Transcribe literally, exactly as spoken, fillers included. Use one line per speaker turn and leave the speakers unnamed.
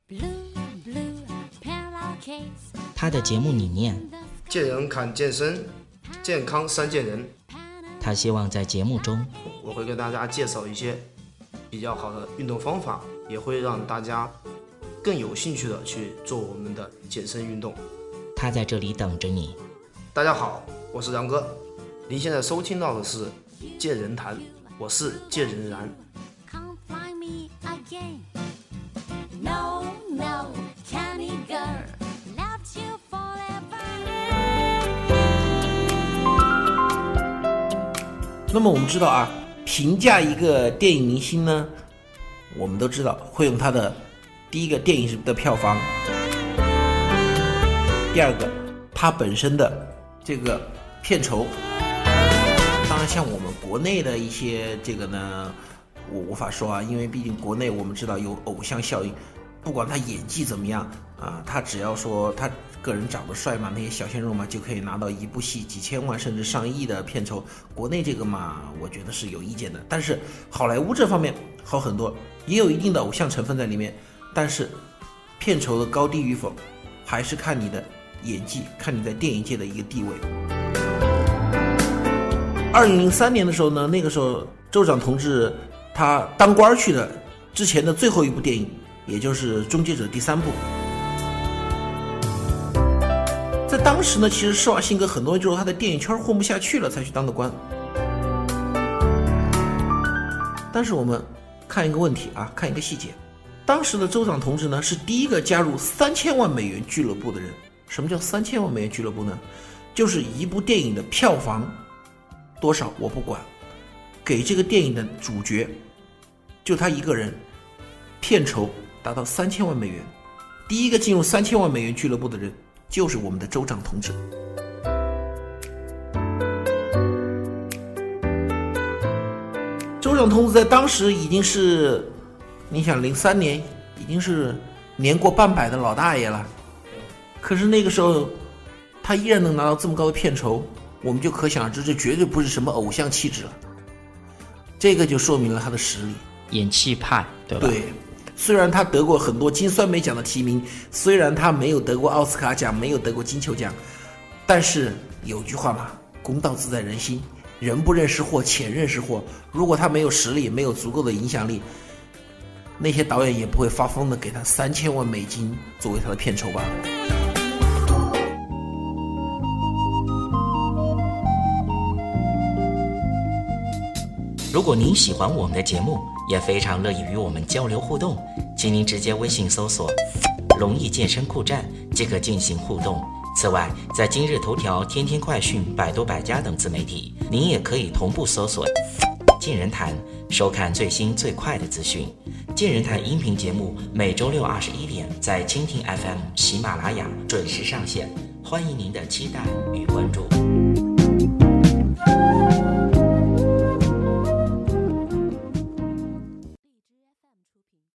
他的节目理念：
见人看健身，健康三见人。
他希望在节目中，
我会给大家介绍一些比较好的运动方法，也会让大家更有兴趣的去做我们的健身运动。
他在这里等着你。
大家好，我是杨哥，您现在收听到的是健人谈，我是健人然。
那么我们知道啊，评价一个电影明星呢，我们都知道会用他的第一个电影的票房，第二个他本身的这个片酬。当然像我们国内的一些这个呢，我无法说啊，因为毕竟国内我们知道有偶像效应，不管他演技怎么样啊，他只要说他个人长得帅嘛，那些小鲜肉嘛，就可以拿到一部戏几千万甚至上亿的片酬。国内这个嘛，我觉得是有意见的。但是好莱坞这方面好很多，也有一定的偶像成分在里面，但是片酬的高低与否，还是看你的演技，看你在电影界的一个地位。二零零三年的时候呢，那个时候州长同志他当官去的之前的最后一部电影，也就是《终结者》第三部。在当时呢，其实施瓦辛格很多人就是他在电影圈混不下去了才去当的官。但是我们看一个问题啊，看一个细节，当时的州长同志呢是第一个加入三千万美元俱乐部的人。什么叫三千万美元俱乐部呢？就是一部电影的票房多少我不管，给这个电影的主角就他一个人片酬达到三千万美元。第一个进入三千万美元俱乐部的人就是我们的州长同志。州长同志在当时已经是，你想零三年已经是年过半百的老大爷了，可是那个时候他依然能拿到这么高的片酬，我们就可想而知，这绝对不是什么偶像气质了。这个就说明了他的实力，
演技派，对吧？
对。虽然他得过很多金酸梅奖的提名，虽然他没有得过奥斯卡奖，没有得过金球奖，但是有句话嘛，公道自在人心，人不认识货，钱认识货。如果他没有实力，没有足够的影响力，那些导演也不会发疯的给他三千万美金作为他的片酬吧。
如果您喜欢我们的节目，也非常乐意与我们交流互动，请您直接微信搜索龙易健身酷站即可进行互动。此外，在今日头条、天天快讯、百度百家等自媒体，您也可以同步搜索健人谈，收看最新最快的资讯。健人谈音频节目每周六二十一点在蜻蜓 F M、喜马拉雅准时上线，欢迎您的期待与关注。